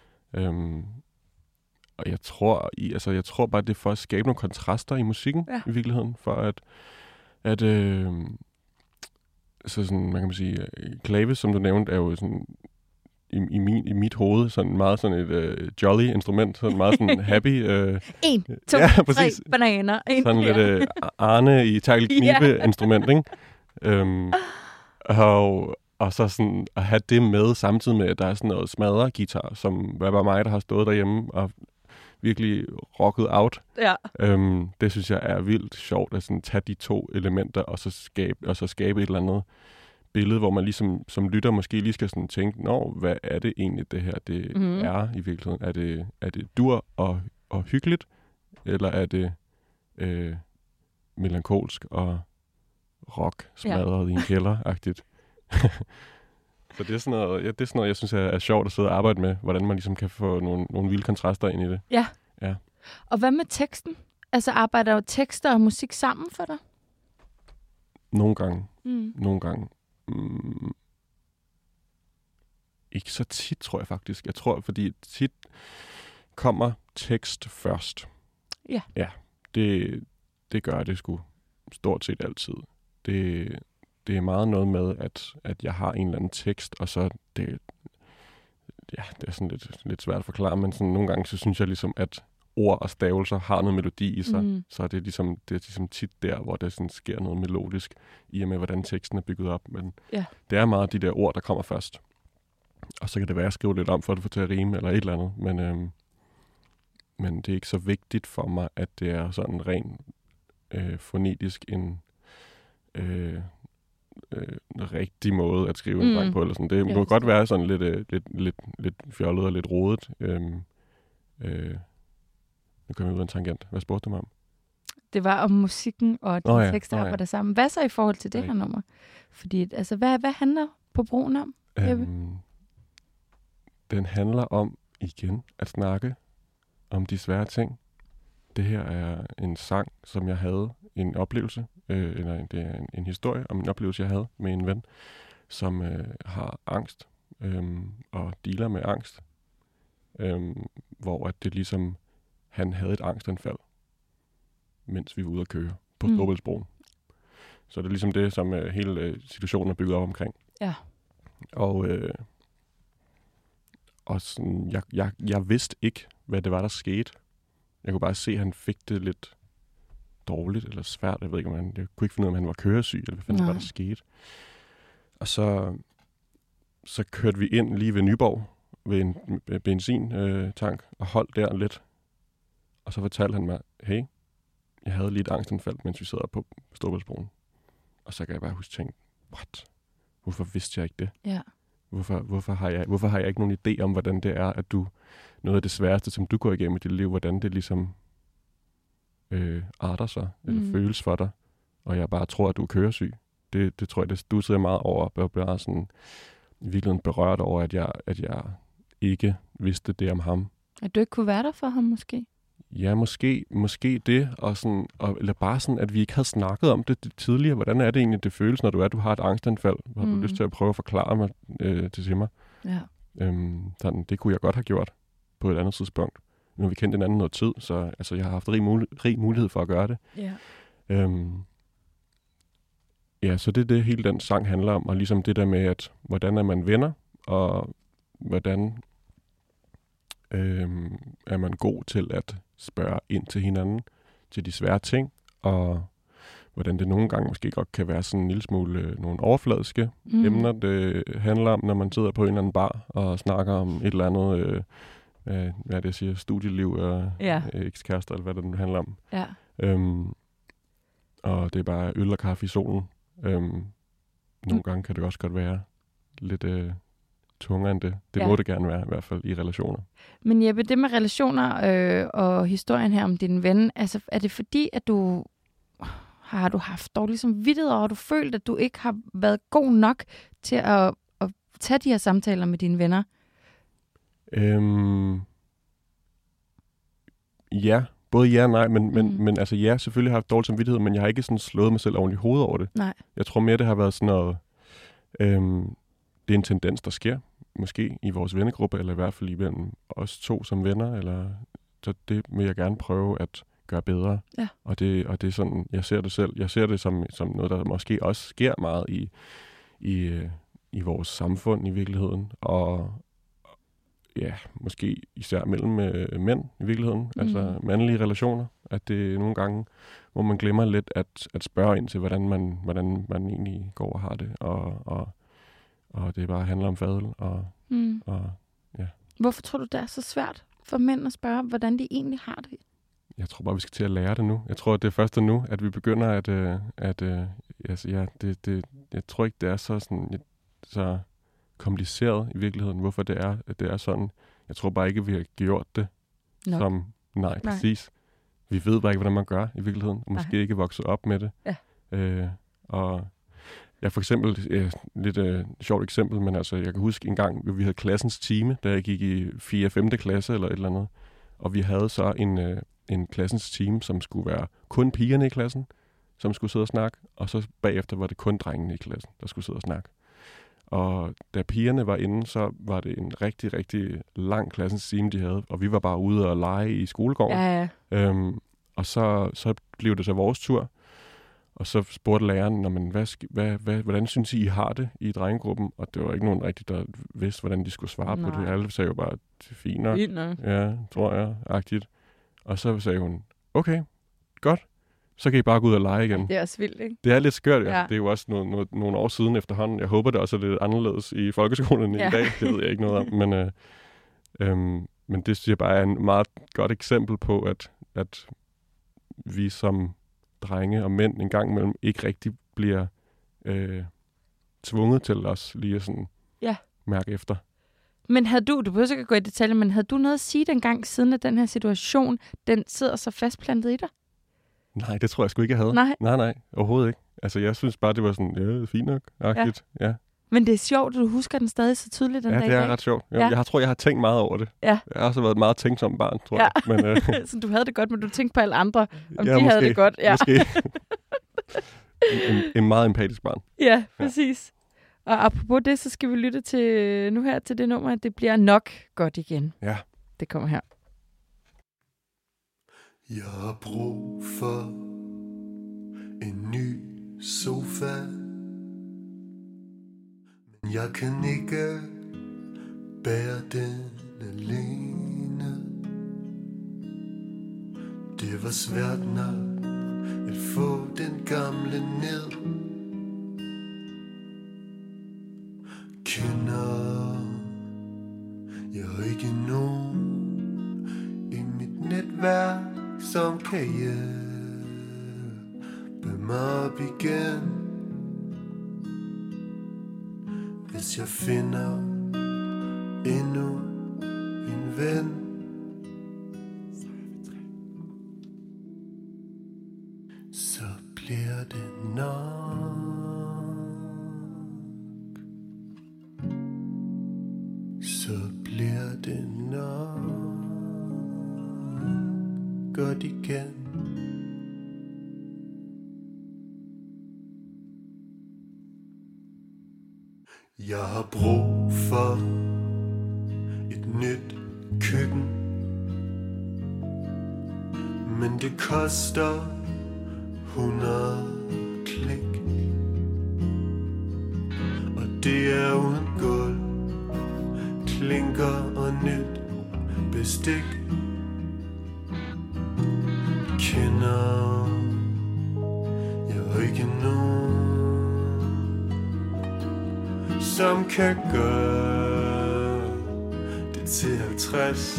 Og jeg tror bare, det er for at skabe nogle kontraster i musikken i virkeligheden, for at så sådan, man kan sige, clave, som du nævnte, er jo sådan i mit hoved sådan meget sådan et jolly instrument, sådan meget sådan happy. 1, 2, 3 bananer. Sådan lidt Arne i Terkel Knibe instrument, ikke? Og så sådan at have det med samtidig med, at der er sådan noget smadret guitar, som hvad var mig, der har stået derhjemme og virkelig rocket out. Ja. Det synes jeg er vildt sjovt at sådan tage de to elementer og så skabe et eller andet billede, hvor man ligesom som lytter måske lige skal sådan tænke, hvad er det egentlig, det her det er i virkeligheden? Er det dur og hyggeligt, eller er det melankolsk og rock smadret i en kælder-agtigt? Så det er sådan noget, jeg synes er sjovt at sidde og arbejde med, hvordan man ligesom kan få nogle vilde kontraster ind i det. Ja. Ja. Og hvad med teksten? Altså arbejder jo tekster og musik sammen for dig? Nogle gange. Ikke så tit, tror jeg faktisk. Jeg tror, fordi tit kommer tekst først. Ja. Ja, det gør det sgu stort set altid. Det er meget noget med, at jeg har en eller anden tekst, og så det er sådan lidt svært at forklare, men sådan nogle gange så synes jeg ligesom, at ord og stavelser har noget melodi i sig, så det er ligesom tit der, hvor der sådan sker noget melodisk, i og med, hvordan teksten er bygget op. Men det er meget de der ord, der kommer først. Og så kan det være, at jeg skriver lidt om, for at få til at rime, eller et eller andet. Men det er ikke så vigtigt for mig, at det er sådan ren fonetisk en rigtig måde at skrive en sang på. Eller sådan. Det må godt være sådan lidt fjollet og lidt rodet. Nu kommer vi ud af en tangent. Hvad spurgte du mig om? Det var om musikken og de tekster arbejder sammen. Hvad så i forhold til det her nummer? Fordi, altså, hvad handler på broen om? Den handler om, igen, at snakke om de svære ting. Det her er en sang, som jeg havde en oplevelse, eller det er en historie om en oplevelse, jeg havde med en ven, som har angst og dealer med angst. Hvor at det ligesom, han havde et angstanfald, mens vi var ude at køre på Storebæltsbroen. Så det er ligesom det, som hele situationen er bygget op omkring. Ja. Og sådan, jeg vidste ikke, hvad det var, der skete. Jeg kunne bare se, at han fik det lidt dårligt eller svært. Jeg ved ikke, jeg kunne ikke finde ud af, om han var køresyg, eller hvad fanden det var, der skete. Og så kørte vi ind lige ved Nyborg, ved en benzintank, og holdt der lidt. Og så fortalte han mig, hey, jeg havde lige et angstanfald, mens vi sad på Storebæltsbroen. Og så kan jeg bare huske tænke, what? Hvorfor vidste jeg ikke det? Ja. Hvorfor har jeg ikke nogen idé om, hvordan det er, at noget af det sværeste, som du går igennem i dit liv, hvordan det ligesom arter sig, eller føles for dig, og jeg bare tror, at du er køresyg. Det tror jeg, det stusser jeg meget over, og bliver sådan i virkeligheden berørt over, at jeg ikke vidste det om ham. At du ikke kunne være der for ham, måske? Ja, måske det, eller bare sådan, at vi ikke havde snakket om det tidligere. Hvordan er det egentlig, det føles, når du har et angstanfald? Har du lyst til at prøve at forklare mig til mig? Ja. Sådan, det kunne jeg godt have gjort på et andet tidspunkt. Nu har vi kendt hinanden noget tid, så altså, jeg har haft rig mulighed for at gøre det. Ja. Så det er det, hele den sang handler om, og ligesom det der med, at hvordan er man venner, og hvordan er man god til at spørge ind til hinanden, til de svære ting, og hvordan det nogle gange måske godt kan være sådan en lille smule nogle overfladiske emner, det handler om, når man sidder på en eller anden bar og snakker om et eller andet, hvad det siger, studieliv og ekskærester, eller hvad det nu handler om. Ja. Og det er bare øl og kaffe i solen. Nogle gange kan det også godt være lidt tungere end det. Det må det gerne være, i hvert fald i relationer. Men Jeppe, det med relationer og historien her om din ven, altså er det fordi, at har du haft dårlig samvittighed, og har du følt, at du ikke har været god nok til at tage de her samtaler med dine venner? Ja, både ja og nej, men altså ja, selvfølgelig har jeg haft dårlig samvittighed, men jeg har ikke sådan slået mig selv ordentligt i hovedet over det. Nej. Jeg tror mere, det har været sådan noget, det er en tendens, der sker, måske i vores vennegruppe, eller i hvert fald imellem os to som venner, eller så det vil jeg gerne prøve at gøre bedre. Ja. Og det er sådan, jeg ser det selv. Jeg ser det som noget, der måske også sker meget i vores samfund i virkeligheden, og ja, måske især mellem mænd i virkeligheden, altså mandlige relationer, at det nogle gange, hvor man glemmer lidt at spørge ind til, hvordan man egentlig går og har det, og det bare handler om fadel, og ja. Hvorfor tror du, det er så svært for mænd at spørge, hvordan de egentlig har det? Jeg tror bare, vi skal til at lære det nu. Jeg tror, det er først nu, at vi begynder jeg tror ikke, det er så kompliceret i virkeligheden, hvorfor det er sådan. Jeg tror bare ikke, vi har gjort det Nok. Nej, præcis. Vi ved bare ikke, hvordan man gør i virkeligheden, og måske ikke vokset op med det. Ja. Og ja, for eksempel, lidt sjovt eksempel, men altså, jeg kan huske en gang, vi havde klassens time, da jeg gik i 4. og 5. klasse eller et eller andet, og vi havde så en klassens team, som skulle være kun pigerne i klassen, som skulle sidde og snakke, og så bagefter var det kun drengene i klassen, der skulle sidde og snakke. Og da pigerne var inde, så var det en rigtig, rigtig lang klassens time, de havde, og vi var bare ude og lege i skolegården. Ja. Og så blev det så vores tur, og så spurgte læreren, hvordan synes I har det i drengegruppen? Og det var ikke nogen rigtig, der vidste, hvordan de skulle svare på det. Alle sagde jo bare, det er fint nok. Ja, tror jeg, agtigt. Og så sagde hun, okay, godt. Så kan I bare gå ud og lege igen. Det er også vildt, ikke? Det er lidt skørt, ja. Det er jo også nogle år siden efterhånden. Jeg håber, det også er lidt anderledes i folkeskolen i dag. Det ved jeg ikke noget om. Men det synes jeg bare er en meget godt eksempel på, at vi som drenge og mænd en gang imellem ikke rigtig bliver tvunget til os lige at sådan mærke efter. Men havde du behøver ikke at gå i detaljer, men havde du noget at sige dengang, siden at den her situation, den sidder så fastplantet i dig? Nej, det tror jeg sgu ikke, jeg havde. Nej, overhovedet ikke. Altså, jeg synes bare, det var sådan, det er fint nok-agtigt. Ja. Men det er sjovt, at du husker den stadig så tydeligt den dag. Ja, det er ret sjovt. Jeg tror, jeg har tænkt meget over det. Ja. Jeg har også været et meget tænksom barn, tror jeg. Men, så du havde det godt, men du tænkte på alle andre, om de havde det godt. Ja, måske. en meget empatisk barn. Ja, præcis. Og apropos det, så skal vi lytte til nu her til det nummer, at det bliver nok godt igen. Ja. Det kommer her. Jeg har brug for en ny sofa, men jeg kan ikke bære den alene. Det var svært nok at få den gamle ned. Kender jeg har ikke nogen i mit netværk, som kan hjælpe mig op igen. Hvis jeg finder endnu en ven, så bliver det nok. Så bliver det nok godt igen. Jeg har brug for et nyt køkken, men det koster 100 klik, og det er uden gulv, klinker og nyt bestik. Kender jeg har ikke nogen, som kan gøre det til 50.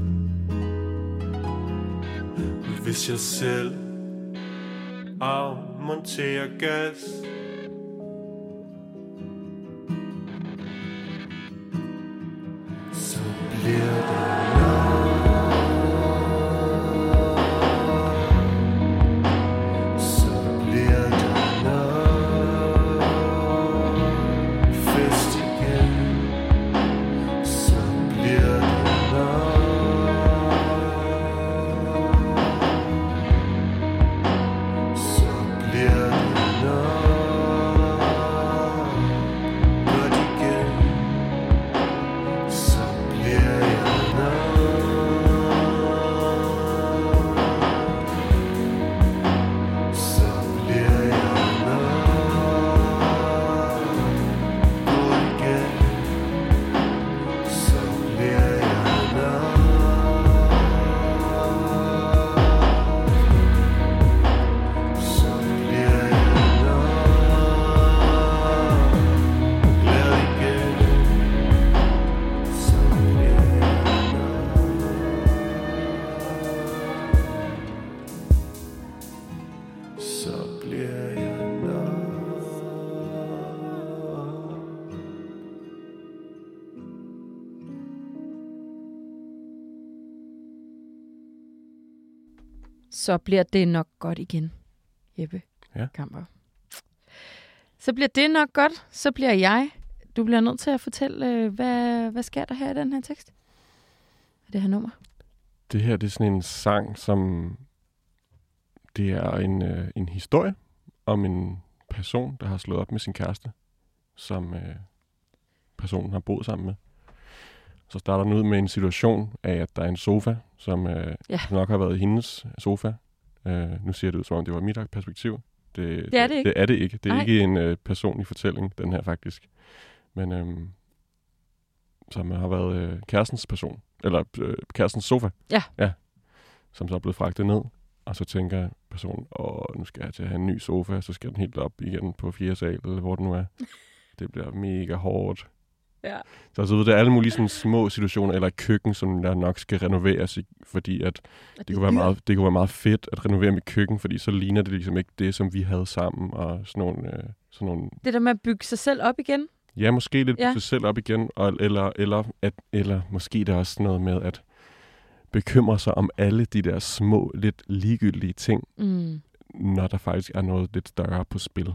Hvis jeg selv afmonterer gas, så bliver det no. så bliver det nok godt igen, Jeppe Kamper. Så bliver det nok godt, så bliver jeg. Du bliver nødt til at fortælle, hvad sker der her i den her tekst? Det her nummer? Det her, det er sådan en sang, som... Det er en historie om en person, der har slået op med sin kæreste, som personen har boet sammen med. Så starter den ud med en situation af, at der er en sofa, som nok har været hendes sofa. Nu ser det ud, som om det var mit perspektiv. Det er det ikke. Det er det ikke. Det er ikke en personlig fortælling, den her faktisk. Men som har været kærestens person. Eller kærestens sofa. Ja. Som så er blevet fragtet ned. Og så tænker personen, nu skal jeg til at have en ny sofa, så skal den helt op igen på 4. sal, eller hvor det nu er. Det bliver mega hårdt. Ja. Så ved det er alle mulige sådan små situationer, eller et køkken, som der nok skal renoveres, fordi at det kunne være meget fedt at renovere mit køkken, fordi så ligner det ligesom ikke det, som vi havde sammen, og sådan nogle... Det der med at bygge sig selv op igen? Ja, måske lidt bygge sig selv op igen, eller måske det er også noget med at bekymre sig om alle de der små, lidt ligegyldige ting, når der faktisk er noget lidt større på spil.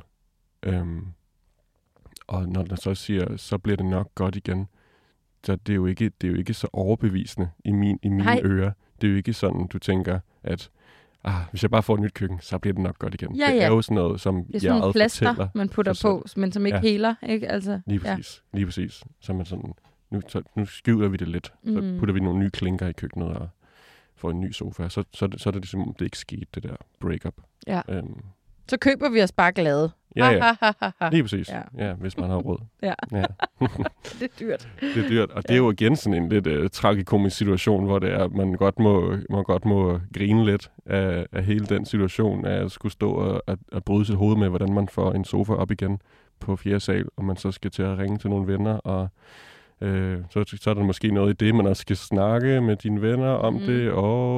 Og når der så siger, så bliver det nok godt igen, så det er jo ikke så overbevisende i mine ører. Det er jo ikke sådan, du tænker, at hvis jeg bare får et nyt køkken, så bliver det nok godt igen. Ja. Det er jo sådan noget, som det er sådan nogle plaster, man putter på, men som ikke heler, ikke? Altså, lige præcis. Så man sådan, nu skjuler vi det lidt. Så putter vi nogle nye klinker i køkkenet og får en ny sofa. Så er det ligesom, det ikke skete, det der breakup. Ja. Så køber vi os bare glade. Ja. Lige præcis. Ja, hvis man har råd. Ja. Det er dyrt. Det er dyrt, og det er jo igen sådan en lidt tragikomisk situation, hvor det er, man godt må grine lidt af hele den situation, af at skulle stå og bryde sit hoved med, hvordan man får en sofa op igen på 4. sal, og man så skal til at ringe til nogle venner, og så er der måske noget i det, man også skal snakke med dine venner om det,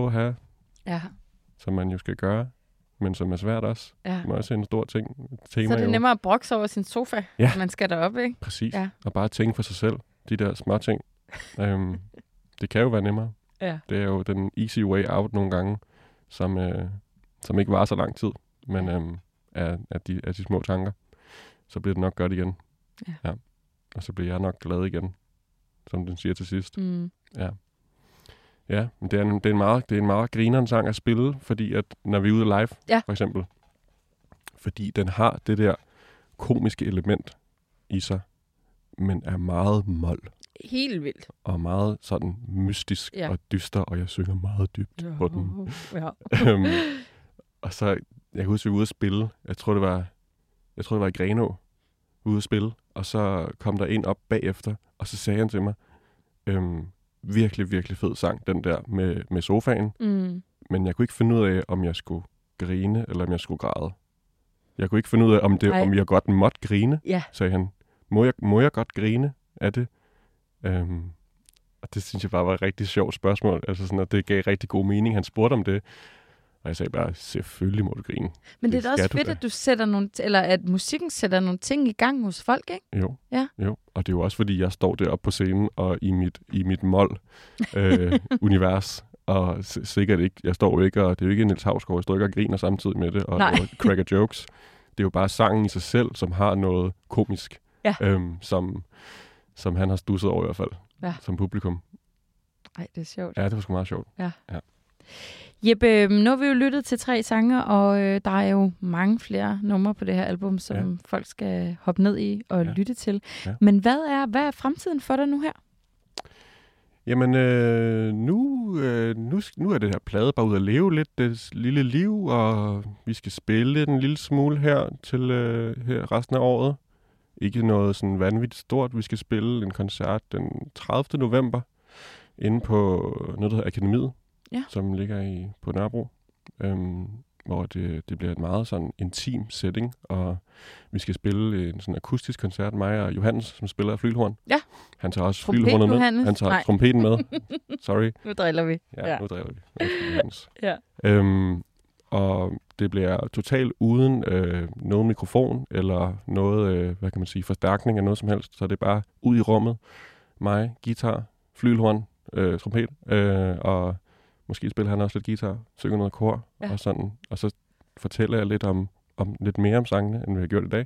som man jo skal gøre. Men som er svært også. Ja. Det er også en stor tema. Så er det nemmere at brokse over sin sofa, når man skal derop, ikke? Præcis. Ja. Og bare tænke for sig selv. De der små ting. Det kan jo være nemmere. Ja. Det er jo den easy way out nogle gange, som ikke var så lang tid, men af de små tanker. Så bliver det nok godt igen. Ja. Og så bliver jeg nok glad igen, som den siger til sidst. Ja. Ja, men det er en meget grineren sang at spille, fordi at når vi er ude live, for eksempel, fordi den har det der komiske element i sig, men er meget mol. Helt vildt. Og meget sådan mystisk og dyster, og jeg synger meget dybt på den. Ja. Og så, jeg kan huske, vi var ude at spille. Jeg tror, det var i Grenå, ude at spille, og så kom der en op bagefter, og så sagde han til mig, virkelig, virkelig fed sang, den der med sofaen. Men jeg kunne ikke finde ud af, om jeg skulle grine, eller om jeg skulle græde. Jeg kunne ikke finde ud af, om jeg godt måtte grine, sagde han. Må jeg godt grine af det? Og det synes jeg bare var et rigtig sjovt spørgsmål. Altså sådan, at det gav rigtig god mening. Han spurgte om det, og jeg sagde bare, selvfølgelig må du grine. Men det er da også fedt, at du sætter at musikken sætter nogle ting i gang hos folk, ikke? Jo. Og det er jo også, fordi jeg står deroppe på scenen, og i mit univers, og sikkert ikke, jeg står jo ikke, og det er jo ikke Niels Hausgaard, jeg står ikke og griner samtidig med det, og cracker jokes. Det er jo bare sangen i sig selv, som har noget komisk, som han har stusset over i hvert fald, som publikum. Ej, det er sjovt. Ja, det var sgu meget sjovt. Ja. Jeppe, nu har vi jo lyttet til 3 sange, og der er jo mange flere numre på det her album, som folk skal hoppe ned i og lytte til. Ja. Men hvad er fremtiden for dig nu her? Jamen, nu er det her plade bare ud at leve lidt det lille liv, og vi skal spille en lille smule her til her resten af året. Ikke noget sådan vanvittigt stort. Vi skal spille en koncert den 30. november inde på noget, der hedder Akademiet, som ligger på Nørrebro, hvor det bliver et meget sådan intim setting, og vi skal spille en sådan akustisk koncert, mig og Johannes, som spiller flyghelhorn. Ja. Han tager også flyghelhornet med. Han tager trompeten med. Sorry. Nu driller vi. Ja, nu driller vi. Og det bliver totalt uden nogen mikrofon, eller noget, hvad kan man sige, forstærkning af noget som helst. Så det er bare ud i rummet. Mig, guitar, flyghelhorn, trompet, og Måske spiller han også lidt guitar, synger noget kor, og sådan. Og så fortæller jeg lidt om lidt mere om sangene, end vi har gjort i dag.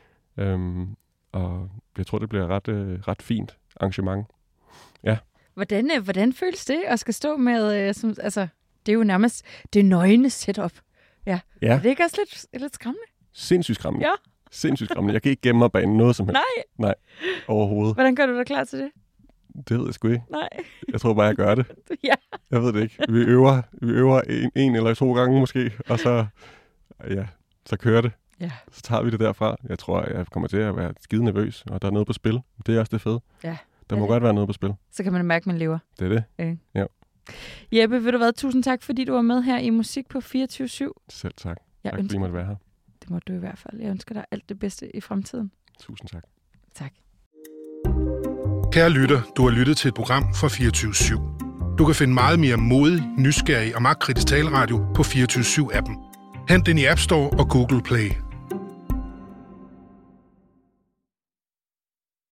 Og jeg tror, det bliver ret fint arrangement. Ja. Hvordan føles det at skal stå med, det er jo nærmest det nøgne setup. Ja. Er det ikke også lidt skræmmende? Sindssygt skræmmende. Ja. Sindssygt skræmmende. Jeg kan ikke gemme mig bag noget som helst. Nej, overhovedet. Hvordan gør du dig klar til det? Det ved jeg sgu ikke. Nej. Jeg tror bare, jeg gør det. Ja. Jeg ved det ikke. Vi øver en eller 2 gange måske, og så kører det. Ja. Så tager vi det derfra. Jeg tror, jeg kommer til at være skide nervøs, og der er noget på spil. Det er også det fede. Ja. Der må godt være noget på spil. Så kan man mærke, at man lever. Det er det. Ja. Jeppe, ved du hvad? Tusind tak, fordi du var med her i Musik på 24/7. Selv tak. Tak, fordi I måtte være her. Det må du i hvert fald. Jeg ønsker dig alt det bedste i fremtiden. Tusind tak. Tak. Kære lytter, du har lyttet til et program fra 24/7. Du kan finde meget mere modig, nysgerrig og magtkritisk taleradio på 24/7-appen. Hent den i App Store og Google Play.